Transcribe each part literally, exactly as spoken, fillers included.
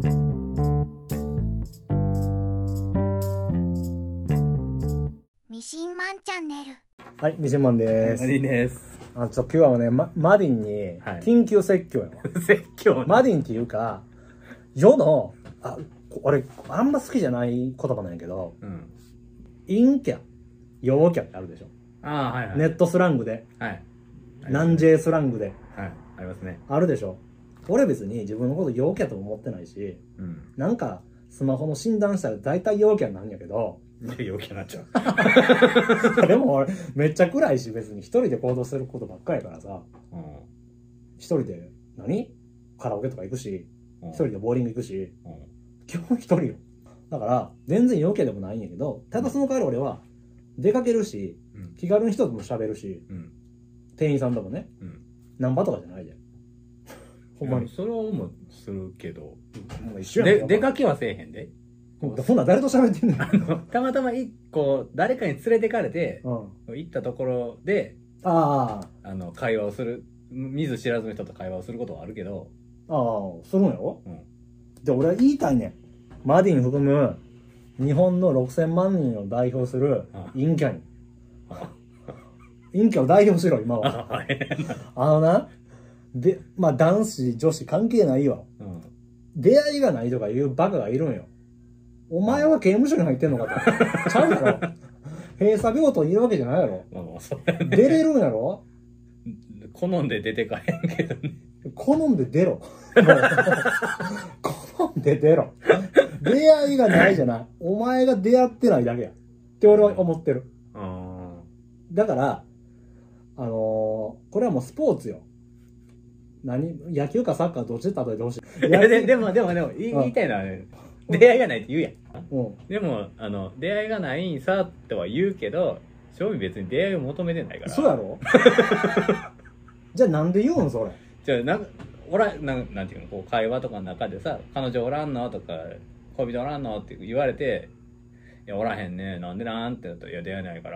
ミシンマンチャンネル。 はい、ミシンマンです。 マディです。 あ、ちょ、今日はね、ま、マディンに緊急説教やわ。 説教マディンっていうか、世の、あ、俺、あんま好きじゃない言葉なんやけど、 うん。 陰キャ、陽キャってあるでしょ。 ああ、はいはい。 ネットスラングで。 はい。 南 J スラングで。 はい。ありますね。 あるでしょ。俺別に自分のこと陽キャとも思ってないし、 うん。 なんか、スマホの診断したら大体陽キャになるんやけど、 いや、陽キャになっちゃう。 でも俺、めっちゃ暗いし、別に一人で行動することばっかりやからさ、 うん。 一人で何、カラオケとか行くし、 うん、 一人でボーリング行くし、 うん、 基本一人よ。だから、全然陽キャでもないんやけど、ただその代わり俺は、出かけるし、 うん、 気軽に人とも喋るし、うん、店員さんともね、うん、ナンパとかじゃないで。ほんまに。 それはもするけど、 もう一緒やん。 で、出かけはせえへんで。 ほんな誰と喋ってんの？ あの、たまたま一個、誰かに連れてかれて、うん、行ったところで、 ああ、 あの、会話をする、見ず知らずの人と会話をすることはあるけど、 ああ、するんやろ？うん。で、俺は言いたいねん。マディン含む、日本のろくせんまんにんを代表する陰キャに。陰キャを代表しろ、今は。あのな、で、まあ男子、女子関係ないわ。うん、出会いがないとかいうバカがいるんよ。お前は刑務所に入ってんのかと。ちゃうやろ。閉鎖病棟にいるわけじゃないやろ。出れるんやろ。 好んで出てかへんけどね。 好んで出ろ。好んで出ろ。出会いがないじゃない。お前が出会ってないだけや。って俺は思ってる。だから、あのー、これはもうスポーツよ。何野球かサッカーどっちで例えてほしい。 いやででもでもでも言いたいのはね、出会いがないって言うやん。うん、でもあの出会いがないんさとは言うけど、正味別に出会いを求めてないから。 そうやろ。じゃあなんで言うんそれ。 じゃあなんかおらななんていうの、こう会話とかの中でさ、彼女おらんのとか恋人おらんのって言われて、いやおらへんね、なんでなんって言うと、いや出会いないから、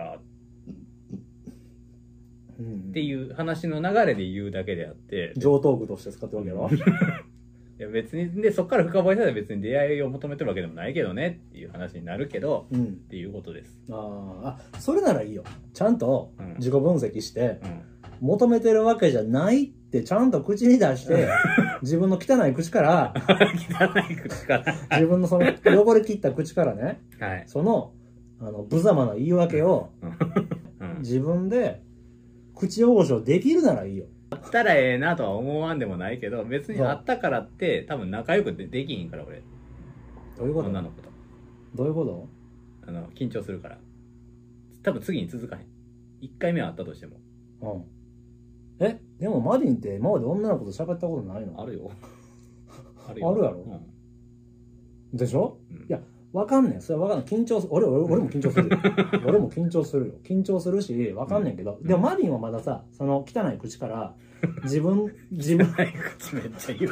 うん、っていう話の流れで言うだけであって、 上等具として使ってるわけやろ。 いや別にでそっから深掘りしたら別に出会いを求めてるわけでもないけどねっていう話になるけど、うん、っていうことです。 ああ、それならいいよ。ちゃんと自己分析して、うん、求めてるわけじゃないってちゃんと口に出して、自分の汚い口から汚い口から自分のその汚れ切った口からね、はい、そのあの無様な言い訳を自分で口汚しをできるならいいよ。 あったらええなとは思わんでもないけど、別にあったからって多分仲良くでできひんから俺。 どういうこと？ 女の子と。 どういうこと？ あの緊張するから。多分次に続かへん。一回目はあったとしても。 うん。え、でもマディンって今まで女の子と喋ったことないの？ あるよ。 あるよ。あるやろ？うん、でしょ？うん、いや、わかんねん。それはわかんない。緊張する。俺、俺、俺も緊張するよ。俺も緊張するよ。緊張するし、わかんねんけど。うん、でもマディンはまださ、その汚い口から、自分、自分。 汚い口めっちゃ言う。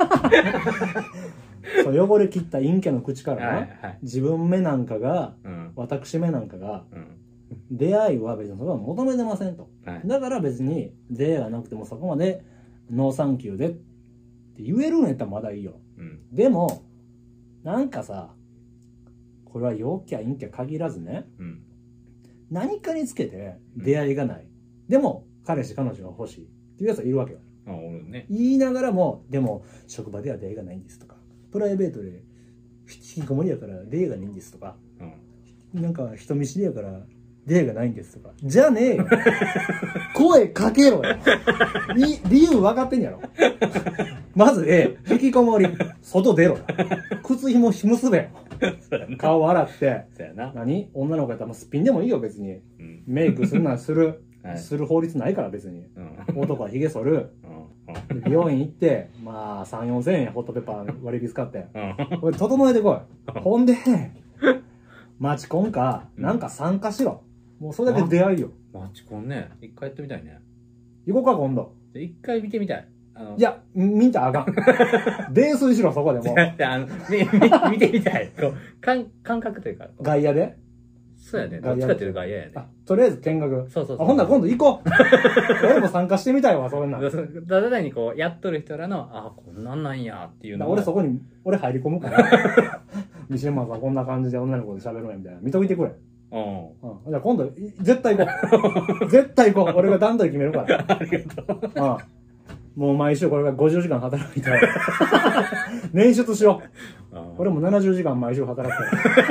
そう汚れ切った陰キャの口からな、はいはい、自分目なんかが、うん、私目なんかが、うん、出会いは別にそれは求めてませんと。はい、だから別に出会いがなくてもそこまでノーサンキューでって言えるんやったらまだいいよ。うん、でも、なんかさ、これは陽キャ陰キャ限らずね、うん、何かにつけて出会いがない、うん、でも彼氏彼女が欲しいっていうやつがいるわけよ。 あ、俺ね、 言いながらもでも職場では出会いがないんですとか、プライベートで引きこもりやから出会いがないんですとか、うん、なんか人見知りやから出会いがないんですとか、じゃあねえよ。声かけろよ。理由分かってんやろ。まずえ引きこもり、外出ろよ。靴ひも結べよ。顔洗って、何女の子やったらすっぴんでもいいよ別に、うん、メイクするならする、はい、する法律ないから別に、うん、男はひげ剃る、うん、美容院行ってまあさん、よんせんえんホットペッパー割引使って、うん、これ整えてこい。ほんでマチコンかなんか参加しろ。もうそれだけ出会いよ。 マチコンね、一回やってみたいね。 行こうか今度。 一回見てみたい。あのいや、見たらあかん。泥酔しろ、そこでもう。 あの見見てみたい。こう感感覚というか。 外野でそうやね。どっちかっていうと外野やね。 あ、とりあえず見学。 そうそうそう。 あ、ほんなら今度行こう俺も参加してみたいわ、そんなん。 ただ単にこう、やっとる人らの、あ、こんなんなんやっていうのを。 俺そこに、俺入り込むから。ミシェルマンさんこんな感じで女の子で喋るんや、みたいな。見といてくれ。 うん。 うん。じゃあ今度、絶対行こう。絶対行こう。俺が段取り決めるから。 ありがとう。 うん。もう毎週これがごじゅうじかん働いて。捻出しよう。俺もななじゅうじかん毎週働くから。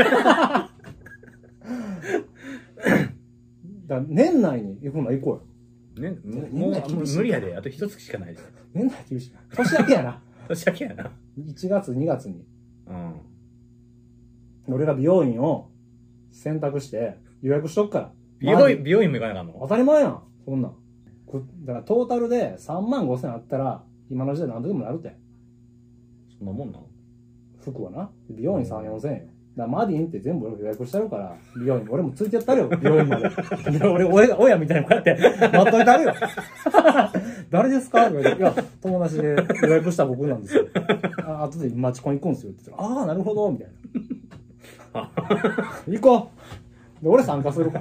だ年内に行くの行こうよ。ね、もう、もう無理やで。あと一月しかないで。 年内厳しい。年明けやな。 年明けやな。 いちがつ、にがつに。 うん。 俺が美容院を選択して予約しとくから。 美容院、美容院も行かなかんの？ 当たり前やん。そんなん。だからトータルでさんまんごせんあったら、今の時代何でもなるって。 そんなもんなの？ 服はな。美容院さん、よんせんえんよ。だからマディンって全部俺予約してあるから、美容院。俺もついてやったるよ、美容院まで。俺、親、親みたいなこうやって待っといてあるよ。誰ですかって言われて、いや、友達で予約した僕なんですよ。あ後でマチコン行くんですよって言ったら、ああ、なるほど、みたいな。行こうで俺参加するから。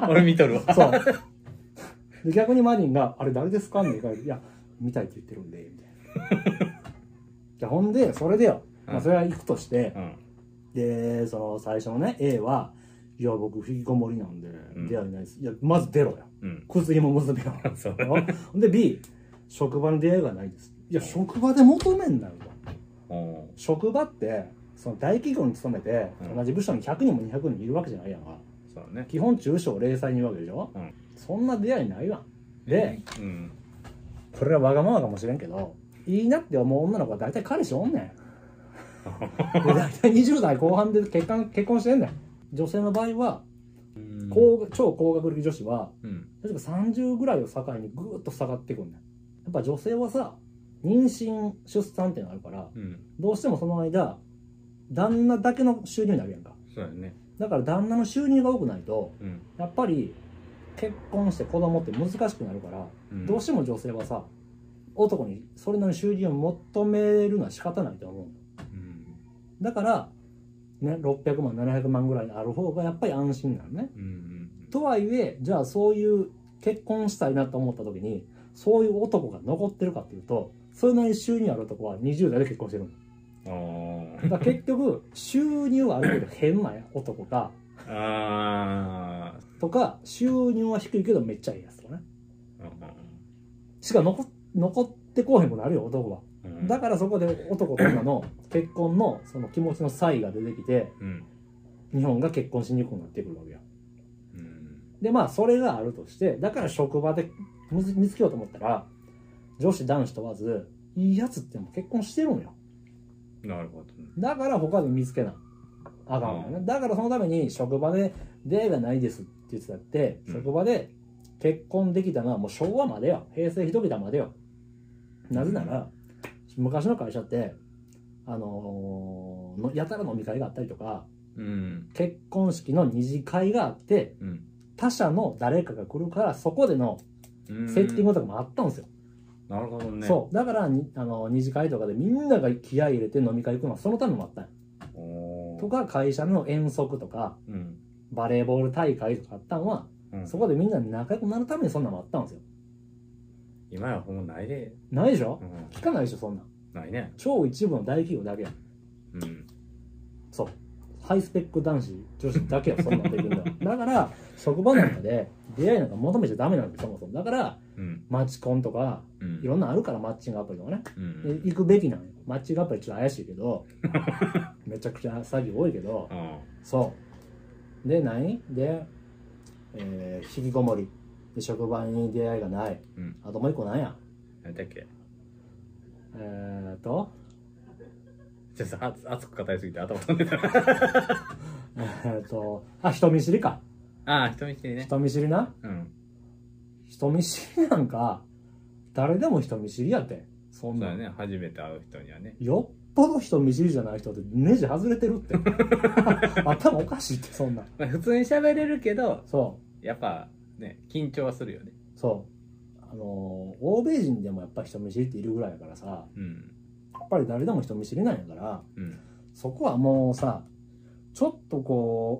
俺見とるわ。 そう。で逆にマディンが、あれ誰ですかって言うから、いや、見たいって言ってるんで、みたいな。じゃほんで、それでよ。まあ、それは行くとして、うん、で、その最初のね、A は、いや、僕、引きこもりなんで、出会いないです。いや、まず出ろよ。うん、靴紐結びよ。ほんで B、職場に出会いがないです。いや、職場で求めんなよと。職場って、その大企業に勤めて、うん、同じ部署にひゃくにんもにひゃくにんいるわけじゃないやんか。そうね、基本中小零細にいるわけでしょ、うん、そんな出会いないわ。で、うん、これはわがままかもしれんけど、いいなって思う女の子は大体彼氏おんねん。で大体にじゅう代後半で結婚結婚してんねん。女性の場合は、高超高学歴女子は、うん、例えばさんじゅうぐらいを境にぐーっと下がってくんねん。やっぱ女性はさ、妊娠出産っていうのがあるから、うん、どうしてもその間旦那だけの収入になるやんか。そうだね。だから旦那の収入が多くないと、うん、やっぱり結婚して子供って難しくなるから、うん、どうしても女性はさ、男にそれなりの収入を求めるのは仕方ないと思う、うん、だからね、ろっぴゃくまんななひゃくまんぐらいある方がやっぱり安心なのね、うんうん、とはいえじゃあそういう結婚したいなと思った時にそういう男が残ってるかっていうと、それなりに収入ある男はにじゅう代で結婚してるの。だから結局収入はあるけど変な男かあとか、収入は低いけどめっちゃいいやつとかね、しか残残ってこうへんくなるよ男は、うん、だからそこで男と女の結婚のその気持ちの差異が出てきて、うん、日本が結婚しにくくなってくるわけや、うん、でまあそれがあるとして、だから職場で見つけようと思ったら女子男子問わずいいやつっても結婚してるんよ。なるほど、ね、だから他で見つけなあかんわよね、うん、だからそのために職場で出会いがないですって言ってたって、うん、職場で結婚できたのはもう昭和までよ、平成一桁までよ。なぜなら昔の会社ってあのー、やたら飲み会があったりとか、うん、結婚式の二次会があって、うん、他社の誰かが来るからそこでのセッティングとかもあったんですよ。なるほどね。そうだからにあの二次会とかでみんなが気合い入れて飲み会行くのはそのためもあったんや。とか会社の遠足とか、うん、バレーボール大会とかあったんは、うん、そこでみんな仲良くなるためにそんなのもあったんですよ。今はもうないで。ないでしょ、うん、聞かないでしょそんなん。ないね。超一部の大企業だけや。うん。そう。ハイスペック男子女子だけはそんなんできるんだ。だから職場なんかで出会いなんか求めちゃダメなんですそもそも。だから、うん、マチコンとか、うん、いろんなあるからマッチングアプリとかね、うん、で行くべきなのよ。マッチングアプリちょっと怪しいけどめちゃくちゃ詐欺多いけど、うん、そうで何で、えー、引きこもりで職場に出会いがない、うん、あともう一個何や何だっけえーっとちょっと熱く語りすぎて頭飛んでたえっとあ人見知りか。ああ人見知りね。人見知りな、うん、人見知りなんか誰でも人見知りやって。そんなそうだね、初めて会う人にはね。よっぽど人見知りじゃない人ってネジ外れてるって頭おかしいってそんな、まあ、普通に喋れるけどそうやっぱね緊張はするよね。そうあのー、欧米人でもやっぱ人見知りっているぐらいだからさ、うん、やっぱり誰でも人見知りなんやから、うん、そこはもうさちょっとこう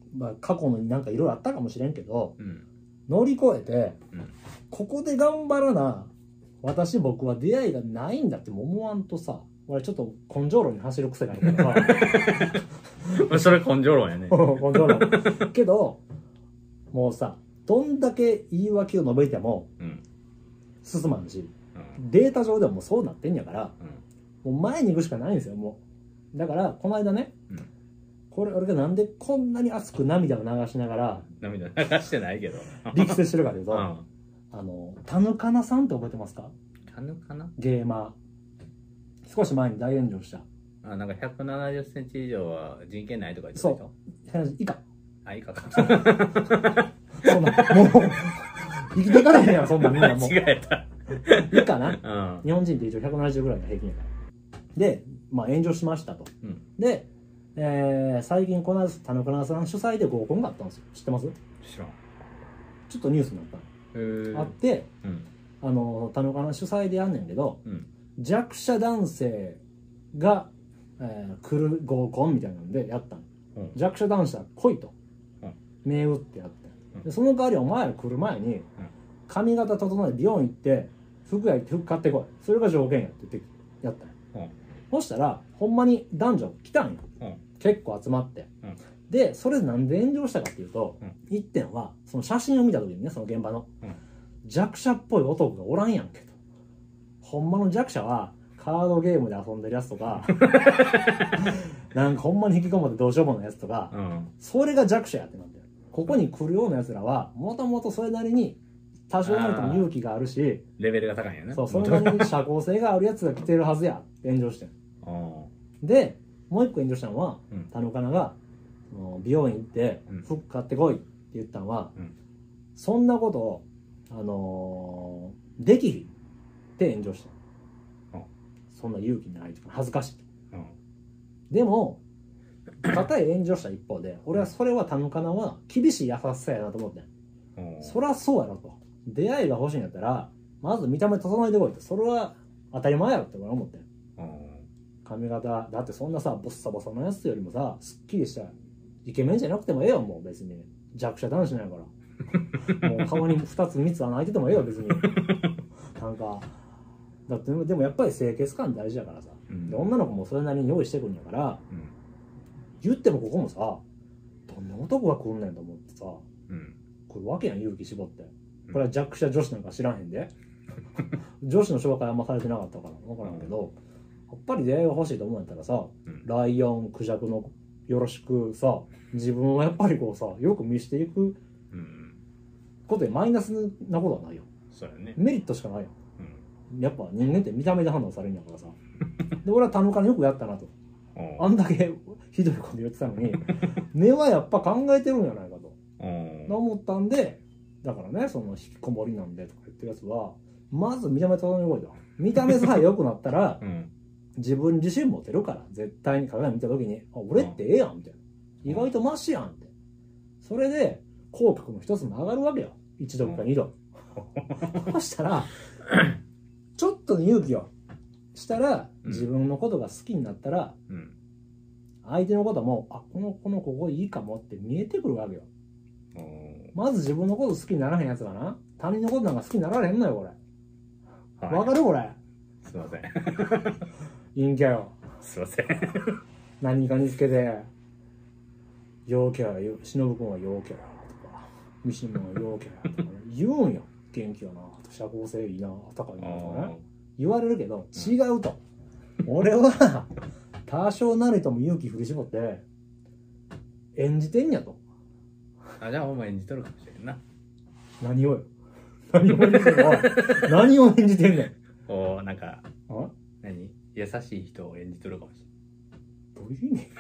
まあ、過去になんかいろいろあったかもしれんけど、 うん、 乗り越えて、 うん、ここで頑張らな私僕は出会いがないんだって思わんとさ、俺ちょっと根性論に走る癖があるからそれ根性論やね。 根性論けどもうさ、どんだけ言い訳を述べても進まんし、うん、データ上ではもうそうなってんやから、うん、もう前に行くしかないんですよ。もうだからこの間ね、うん、これ俺がなんでこんなに熱く涙を流しながら涙流してないけど力説してるかというと、うん、 あの田ヌカナさんって覚えてますか？ 田ヌカナゲーマー少し前に大炎上した。 あ、なんかひゃくななじゅっセンチ以上は人権ないとか言ってたでしょ。そう以下。 あ、以下かそんなもう生きていかれへんやん、そんなみんなもう間違えたいいかな、 うん、 日本人って一応ひゃくななじゅうぐらいが平均やからで、まあ炎上しましたと、うん、で、えー、最近この間田中奈さん主催で合コンがあったんですよ。知ってます？ 知らん。 ちょっとニュースになったのあって、うん、あの田中奈主催でやんねんけど、うん、弱者男性が、えー、来る合コンみたいなんでやったの、うん、弱者男子は来いと、うん、銘打ってやって、うん、でその代わりお前ら来る前に、うん、髪型整えて美容院行って服屋行って服買ってこい、それが条件やって言ってやったの、うん、そしたらほんまに男女来たんよ、うん、結構集まって、うん、でそれなんで炎上したかっていうと、うん、一点はその写真を見た時にね、その現場の、うん、弱者っぽい男がおらんやんけと。ほんまの弱者はカードゲームで遊んでるやつとかなんかほんまに引きこもってどうしようもないやつとか、うん、それが弱者やってなってる。ここに来るようなやつらはもともとそれなりに多少なりとも勇気があるし、 レベルが高いんやね。 そう、それなりに社交性があるやつが来てるはずやって炎上してるで、もう一個炎上したのは、うん、田中奈が美容院行って服買ってこいって言ったのは、うん、そんなことを、あのー、できひんって炎上した、うん、そんな勇気ないとか恥ずかしい、うん、でもたとえ炎上した一方で俺はそれは田中奈は厳しい優しさやなと思ってん、うん、そりゃそうやろと。出会いが欲しいんやったらまず見た目整えてこいって、それは当たり前やろって俺は思ってん、うん、髪型だってそんなさボッサボサのやつよりもさすっきりしたイケメンじゃなくてもええよ。もう別に弱者男子なんやからもう顔にふたつみっつ穴開いててもええよ別になんかだってでもやっぱり清潔感大事やからさ、うん、で女の子もそれなりに用意してくるんやから、うん、言ってもここもさどんな男が来んねんと思ってさ、うん、来るわけやん勇気絞って。これは弱者女子なんか知らへんで女子の紹介あんまされてなかったから分からんけど、やっぱり出会いが欲しいと思うんやったらさ、うん、ライオンクジャクのよろしくさ、自分をやっぱりこうさよく見していくことでマイナスなことはないよ。 そうやね、 メリットしかないよ、うん、やっぱ人間って見た目で判断されるんやからさで俺は田中によくやったなとあんだけひどいこと言ってたのに根はやっぱ考えてるんじゃないかと思ったんで、だからね、その引きこもりなんでとか言ってるやつはまず見た目整えてこいと。見た目さえ良くなったら、うん、自分自身持てるから絶対に鏡見た時にあ俺ってええやんみたいな、意外とマシやんって、それで口角の一つも上がるわけよ、一度か二度、うん、そしたらちょっとの勇気をしたら、うん、自分のことが好きになったら、うん、相手のこともあこの子のここいいかもって見えてくるわけよ。まず自分のこと好きにならへんやつがな他人のことなんか好きになられへんのよこれ、はい、わかるこれ。 すいません陰キャよ。 すいません何かにつけて陽キャや忍君は陽キャやとか三島は陽キャやとか、ね、言うんよ。元気やな社交性いいな高いなとかね言われるけど違うと、うん、俺は多少なりとも勇気振り絞って演じてんやと。 あ、じゃあお前演じとるかもしれんな。 何をよ何を演じてんの何を演じてんねん。 おー、なんかあ何優しい人を演じとるかもしれん。 どういう意味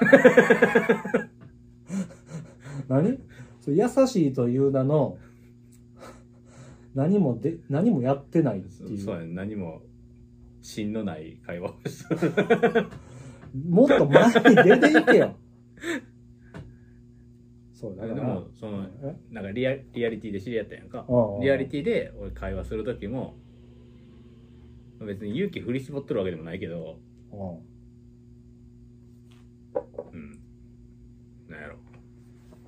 何それ優しいという名の何もで何もやってないっていう。 そうやね、何も芯のない会話をしもっと前に出ていけよそうだからでもそのなんかリア、リアリティで知り合ったやんか。リアリティで俺会話する時も別に勇気振り絞っとるわけでもないけど、うん、なんやろ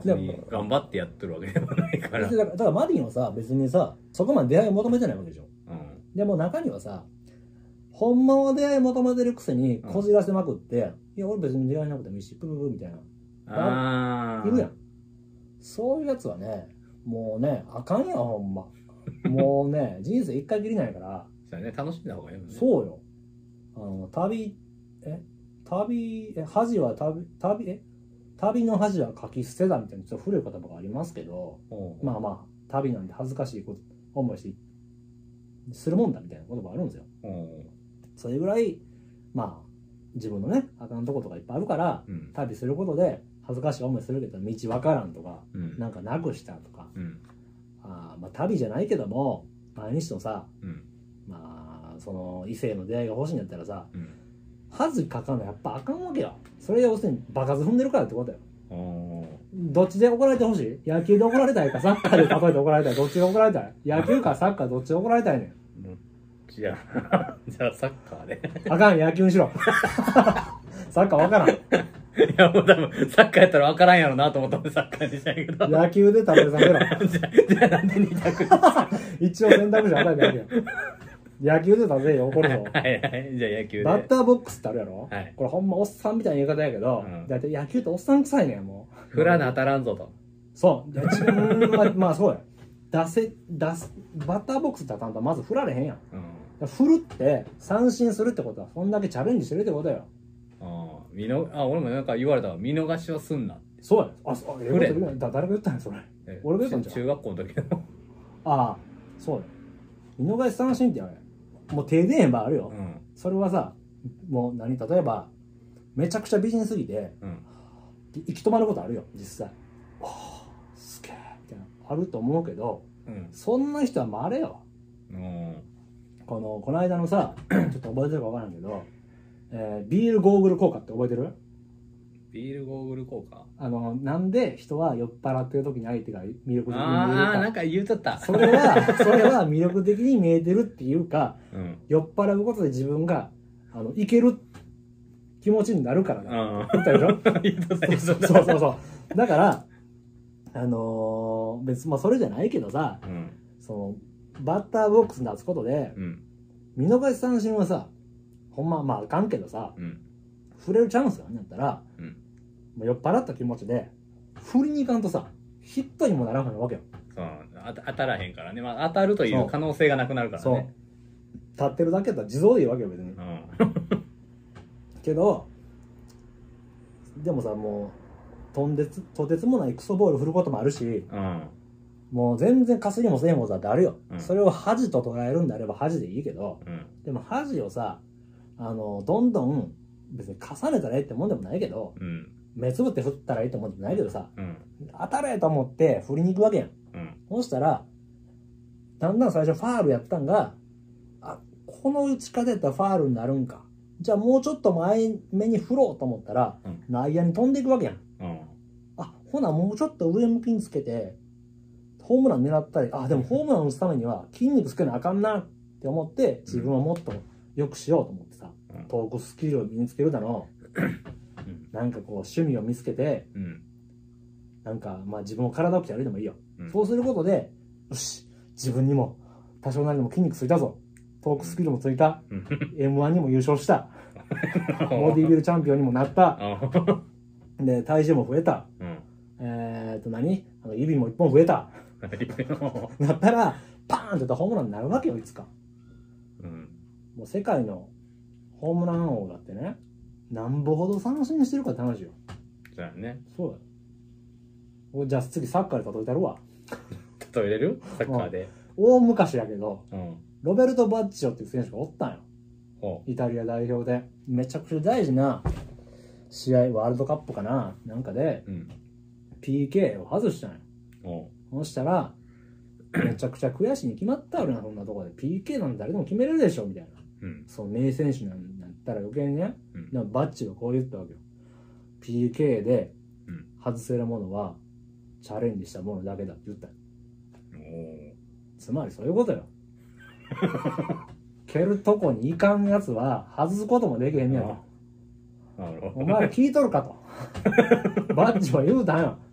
別に頑張ってやってるわけでもないからだからだからマディンはさ別にさそこまで出会いを求めてないわけでしょ、 うん、 でも中にはさほんまは出会い求めてるくせにこじらせまくって、うん、いや俺別に出会いなくてもいいしプププみたいなあいるやん。そういうやつはねもうねあかんやほんまもうね人生一回きりないからそうね楽しんだ方がいいよね。 そうよあの旅え旅え恥は旅旅え旅の恥は書き捨てだみたいなちょっと古い言葉がありますけど、まあまあ旅なんで恥ずかしいこと思いしてするもんだみたいな言葉あるんですよ。それぐらいまあ自分のねあかんとことかいっぱいあるから、うん、旅することで恥ずかしい思いするけど道わからんとか、うん、なんかなくしたとか、うん、あまあ旅じゃないけども毎日のさ、うん、まあその異性の出会いが欲しいんだったらさ、うん、恥かかんのやっぱあかんわけよ。それ要するに場数踏んでるからってことよ。どっちで怒られてほしい？野球で怒られたいかサッカーで例えて怒られたいどっちで怒られたい？野球かサッカーどっちで怒られたいねん。 じゃあじゃあサッカーであかん野球にしろサッカーわからん。いやもう多分サッカーやったらわからんやろなと思ったんでサッカーにしたんやけど野球で食べさせろじゃあじゃあなんでに択一応選択肢与えてあげよ野球で食べよ怒るぞはいはいじゃあ野球でバッターボックスってあるやろ、 はい、 これほんまおっさんみたいな言い方やけど、うん、だいたい野球っておっさん臭いねんもう振らな当たらんぞとそうまあ、まあそうや出せ出すバッターボックスってたんとまず振られへんやん、うん、振るって三振するってことはそんだけチャレンジしてるってことよ。 ああ見のあ俺もなんか言われたわ見逃しはすんなって。 そうやああええことだ誰が言ったんやそれ俺が言ったんじゃん中学校の時のああそうや見逃し三振ってあれもう手出へんばあるよ、うん、それはさもう何例えばめちゃくちゃ美人すぎて、うん、行き止まることあるよ実際ああすげえみたいなあると思うけど、うん、そんな人はまれよ、うん、このこの間のさちょっと覚えてるか分からんけど、えー、ビールゴーグル効果って覚えてる？ ビールゴーグル効果あのなんで人は酔っ払ってる時に相手が魅力的に見えるか。 ああなんか言うとったそれはそれは魅力的に見えてるっていうか、うん、酔っ払うことで自分があのいける気持ちになるからだ言ったでしょ言ったそうそうそうそうだからあのー、別にまあそれじゃないけどさ、うん、そのバッターボックスに立つことで、うん、見逃し三振はさほんままああかんけどさ、うん、触れるチャンスがあんやったら、うん、もう酔っ払った気持ちで振りに行かんとさヒットにもならんわけよ。 そう当たらへんからね、まあ、当たるという可能性がなくなるからね。そう立ってるだけやったら自動でいいわけよ別に、うん、けどでもさもうとんでつとてつもないクソボール振ることもあるし、うん、もう全然かすりもせんことだってあるよ、うん、それを恥と捉えるんであれば恥でいいけど、うん、でも恥をさあのどんどん別に重ねたらいいってもんでもないけど、うん、目つぶって振ったらいいってもんでもないけどさ、うん、当たれと思って振りに行くわけやん、うん、そうしたらだんだん最初ファールやったんがあこの打ち方やったらファールになるんかじゃあもうちょっと前目に振ろうと思ったら、うん、内野に飛んでいくわけやん、うん、あほなもうちょっと上向きにつけてホームラン狙ったりあでもホームラン打つためには筋肉つけなあかんなって思って自分はもっと良くしようと思ってさ、うん、トークスキルを身につけるだの、うん、なんかこう趣味を見つけて、うん、なんかまあ自分を体を鍛えるでもいいよ、うん、そうすることでよし自分にも多少なりでも筋肉ついたぞトークスキルもついた、うん、エムワン にも優勝したボディビルチャンピオンにもなったで体重も増えた、うん、えーっと何あの指もいっぽん増えたなったらパーンって言ったらホームランになるわけよいつか、うん、もう世界のホームラン王だってねなんぼほど三振してるかって話よ。 そうやね。 そうだよ。じゃあ次サッカーで例えたるわ。 例えれるサッカーで、 うん、大昔やけど、うん、ロベルト・バッジョっていう選手がおったんよ。イタリア代表でめちゃくちゃ大事な試合ワールドカップかななんかで、うん、ピーケー を外したんよ。そしたらめちゃくちゃ悔しいに決まったるなそんなところで ピーケー なんて誰でも決めれるでしょみたいな、うん、その名選手なんだったら余計にね、うん、でもバッジがこう言ったわけよ。 ピーケー で外せるものはチャレンジしたものだけだって言ったよ。つまりそういうことよ蹴るとこにいかんやつは外すこともできへんねやと。お前ら聞いとるかとバッジは言うたんよ。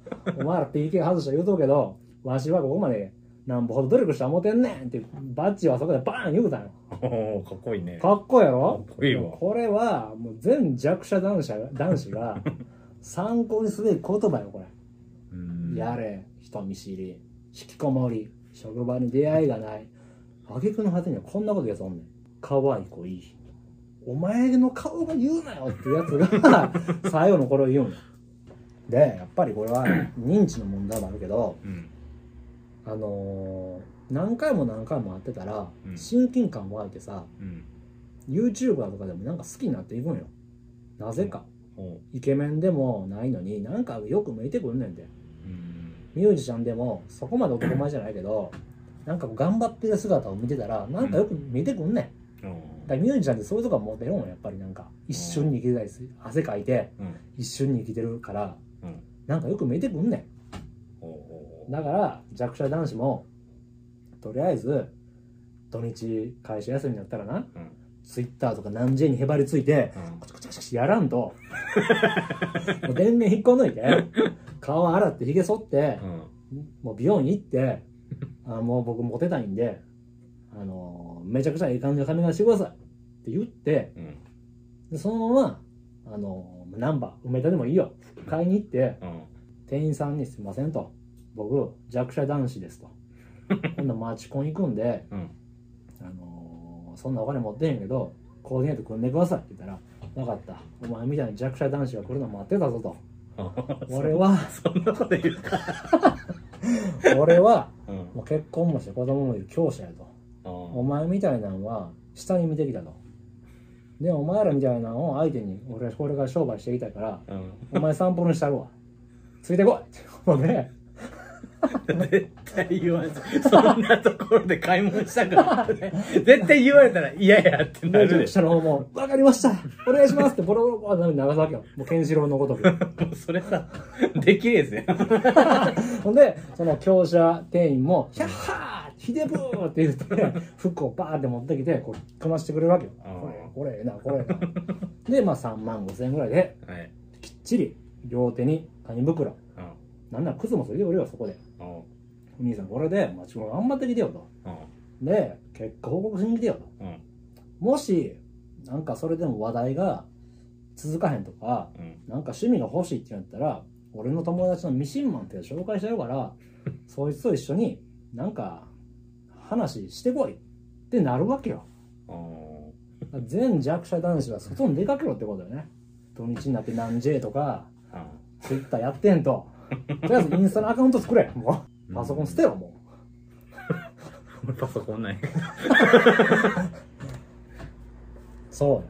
お前ら ピーケー 外した言うとうけどわしはここまでなんぼほど努力した思てんねんってバッジはそこでバーン言うたんよ。 おかっこいいね。 かっこいいやろ。 かっこいいわ。 これはもう全弱者男子男子が参考にすべき言葉よこれ。 うんやれ人見知り引きこもり職場に出会いがない挙句の果てにはこんなこと言うやつおんねん。可愛い子いいお前の顔が言うなよっていうやつが最後の頃言うんよ。でやっぱりこれは認知の問題もあるけど、 うん、 あのー、何回も何回も会ってたら、 うん、 親近感湧いてさ、 うん、 YouTuber とかでもなんか好きになっていくんよ。なぜか、 うん、 イケメンでもないのになんかよく向いてくんねんて、うん、ミュージシャンでもそこまで男前じゃないけどなんか頑張ってる姿を見てたらなんかよく見てくんねん、うん、だからミュージシャンってそういうとこはモテるんよやっぱり。なんか一瞬に生きてたりする汗かいて、うん、一瞬に生きてるから、うん、なんかよく見てくんねん。だから弱者男子もとりあえず土日会社休みになったらな、うん、ツイッターとか何 J にへばりついて、うん、コチコチコチやらんともう電源引っこ抜いて顔洗ってひげ剃って、うん、もう美容院行ってあもう僕モテたいんで、あのー、めちゃくちゃいい感じの髪型してくださいって言って、うん、でそのまま、あのー、ナンバー梅田でもいいよ買いに行って、うん、店員さんにすいませんと僕弱者男子ですと今度マチコン行くんで、うん、あのー、そんなお金持ってへんけどコーディネート組んでくださいって言ったら分かったお前みたいに弱者男子が来るの待ってたぞと俺はそんなこと言うか俺は、うん、もう結婚もして子供もいる強者やとお前みたいなのは下に見てきたとでお前らみたいなのを相手に俺はこれから商売していきたいから、うん、お前散歩にしたるわついてこいってもうね絶対言わんそんなところで買い物したからって絶対言われたら嫌やってなるでしょ。の方も分かりましたお願いしますってボロボロボロ流すわけよ。もうケンシロウのごとくもうそれさできれいですねほんでその強者店員もヒャッハーヒデブーって言って服をバーって持ってきてこう組ましてくれるわけよ。これこれええなこれええなでまあさんまんごせんえんぐらいで、はい、きっちり両手に紙袋、うん、なんなら靴もそれで売るよそこで。お兄さんこれでマチコン頑張ってきてよと。で結果報告しに来てよと。もしなんかそれでも話題が続かへんとか、うん、なんか趣味が欲しいって言ったら俺の友達のミシンマンって紹介してやるからそいつと一緒になんか話してこいってなるわけよ。全弱者男子は外に出かけろってことだよね。土日になって何 J とかツイッターやってんととりあえずインスタのアカウント作れもうパソコン捨てよもうパソコンないそうや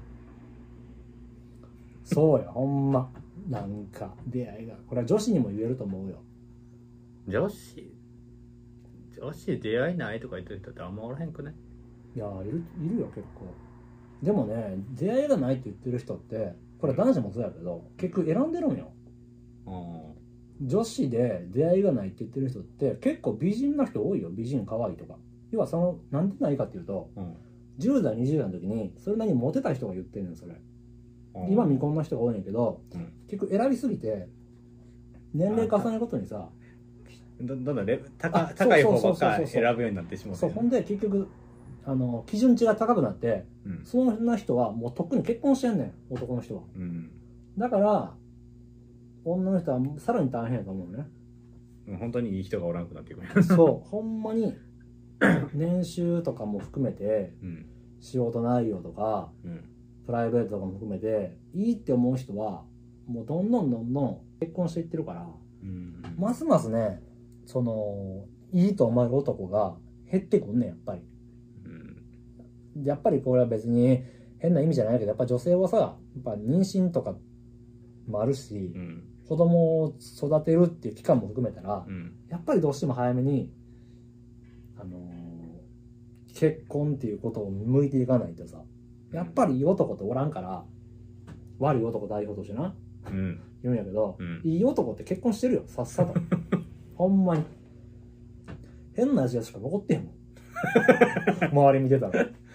そうやほんまなんか出会いがこれは女子にも言えると思うよ。 女子女子出会いないとか言ってる人ってあんまおらへんくね。 いやいるいるよ結構。でもね出会いがないって言ってる人ってこれは男子もそうやけど結局選んでるんよ。女子で出会いがないって言ってる人って結構美人な人多いよ。美人可愛いとか。要はそのなんでないかっていうと、うん、じゅう代にじゅう代の時にそれなりにモテた人が言ってんねんそれ。今未婚の人が多いねんけど、うん、結局選びすぎて年齢重ねることにさどんどんレ高, 高い方ばっか選ぶようになってしまう。 そうほんで結局あの基準値が高くなって、うん、そんな人はもうとっくに結婚してんねん男の人は、うん、だから女の人はさらに大変やと思うね。 本当にいい人がおらんくなっていくそうほんまに年収とかも含めて、うん、仕事内容とか、うん、プライベートとかも含めていいって思う人はもうどんどんどんどん結婚していってるから、うん、ますますねそのいいと思える男が減ってくんねんやっぱり、うん、やっぱりこれは別に変な意味じゃないけどやっぱ女性はさやっぱ妊娠とかもあるし、うん、子供を育てるっていう期間も含めたら、うん、やっぱりどうしても早めに、あのー、結婚っていうことを向いていかないとさやっぱりいい男っておらんから悪い男代表としてな、うん、言うんやけど、うん、いい男って結婚してるよさっさとほんまに変な味がしか残ってへんもん周り見てたら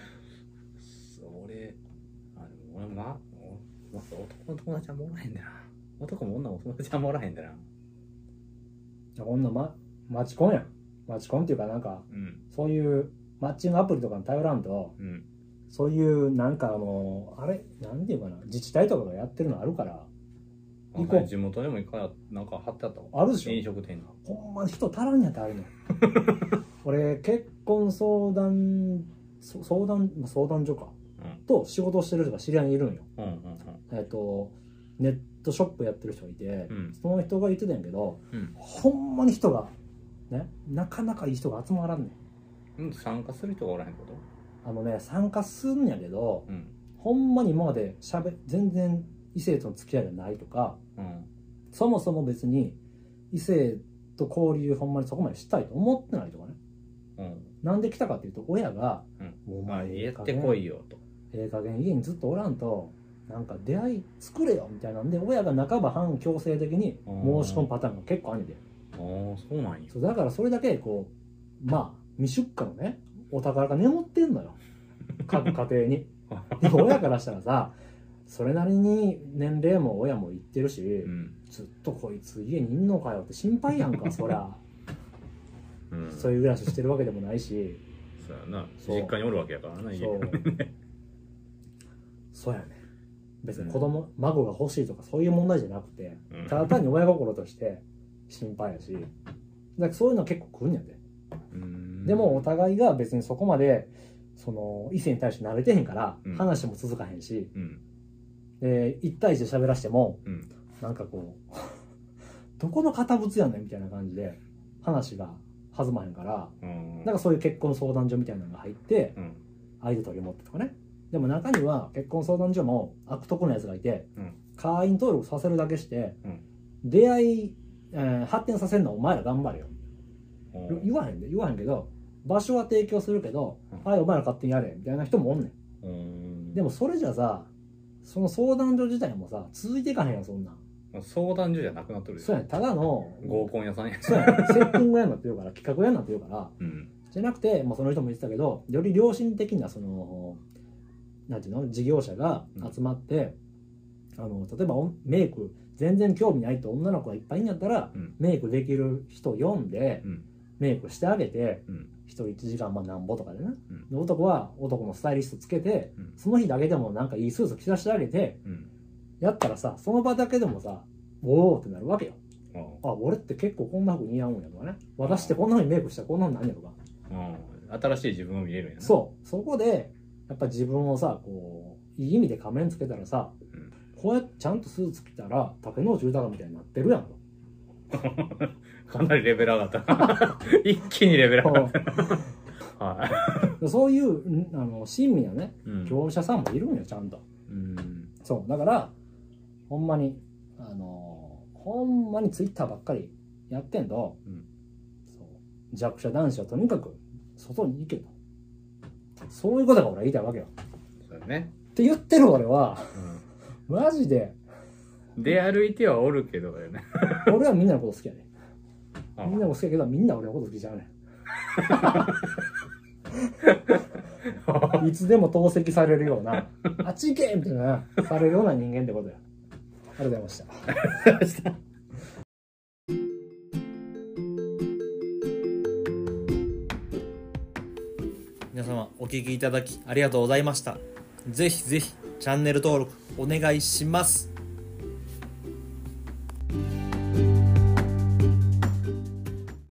俺あ俺ま男の友達はもらへんだな。男も女も友達はもらへんだな。 こんな、ま、マチコンやん。マチコンっていうかなんか、 うん、 そういうマッチングアプリとかに頼らんと、 うん、 そういうなんかあのあれなんていうかな、自治体とかがやってるのあるから行こう。地元でも一回なんか貼ってあったあるでしょ。 飲食店にほんまに人足らんやったらあるの俺結婚相談相談相談所か、うん、と仕事をしてる人が知り合いにいるんよ、うんうんうん、えっとネットショップやってる人がいて、うん、その人が言ってたんやけど、うん、ほんまに人がね、なかなかいい人が集まらんねん、 うん、参加する人がおらへんこと。 あのね、参加すんやけど、うん、ほんまに今までしゃべ全然異性との付き合いがないとか、うん、そもそも別に異性と交流ほんまにそこまでしたいと思ってないとかね、うん、なんで来たかっていうと親が、 うん、お前家ってこいよと、 ええ加減家にずっとおらんとなんか出会い作れよみたいなんで、親が半ば反強制的に申し込むパターンが結構あるんで、 ああそうなんや。 そうだからそれだけこうまあ未出荷のねお宝が眠ってんのよ各家庭にでも親からしたらさ、それなりに年齢も親も言ってるし、うん、ずっとこいつ家にいんのかよって心配やんかそりゃ、うん、そういう暮らししてるわけでもないし、 そうやな、実家におるわけやからな、家にそうやね、別に子供、うん、孫が欲しいとかそういう問題じゃなくて、うん、ただ単に親心として心配やし、だからそういうのは結構来るんやで、うん、でもお互いが別にそこまでその異性に対して慣れてへんから、うん、話も続かへんし、うん、で一対一で喋らしても、うん、なんかこうどこの堅物やねんみたいな感じで話が弾まへんから、うん、なんかそういう結婚相談所みたいなのが入って、うん、相手取り持ってとかね。でも中には結婚相談所も悪徳なやつがいて、うん、会員登録させるだけして、うん、出会い、えー、発展させるのはお前ら頑張れよ、うん、言わへんで言わへんけど場所は提供するけど、うん、はいお前ら勝手にやれみたいな人もおんねん、うん、でもそれじゃさその相談所自体もさ続いていかへんやん、そんなん相談所じゃなくなっとるよ。 そうや、ただの合コン屋さんや。 そうや、セッティング屋になってるから企画屋になってるから、うん、じゃなくて、まあ、その人も言ってたけどより良心的なそのなんていうの事業者が集まって、うん、あの例えばメイク全然興味ないと女の子がいっぱいいんやったら、うん、メイクできる人を呼んで、うん、メイクしてあげて、うん、ひとりいちじかんまあなんぼとかでね、うん、で男は男のスタイリストつけて、うん、その日だけでもなんかいいスーツ着させてあげて、うん、やったらさその場だけでもさおおってなるわけよ。あ、俺って結構こんな服似合うんやとかね、私ってこんなふうにメイクしたらこんなふうになんやとか、 新しい自分を見えるんやな。 そうそこでやっぱ自分をさこういい意味で仮面つけたらさ、うん、こうやってちゃんとスーツ着たら竹野内豊みたいになってるやんとかなりレベル上がった一気にレベル上がったはい、 そういうあの親身なね、うん、業者さんもいるんよちゃんと、うん、そうだからほんまにあのほんまにツイッターばっかりやってんと、うん、そう弱者男子はとにかく外に行けと、そういうことが俺は言いたいわけよ。 そうだね。 って言ってる俺は、うん、マジで出歩いてはおるけどね俺はみんなのこと好きやね。みんなも好きやけどみんな俺のこと好きじゃうねいつでも投石されるようなあっち行けみたいなされるような人間ってことや。ありがとうございました皆様お聞きいただきありがとうございました。ぜひぜひチャンネル登録お願いします。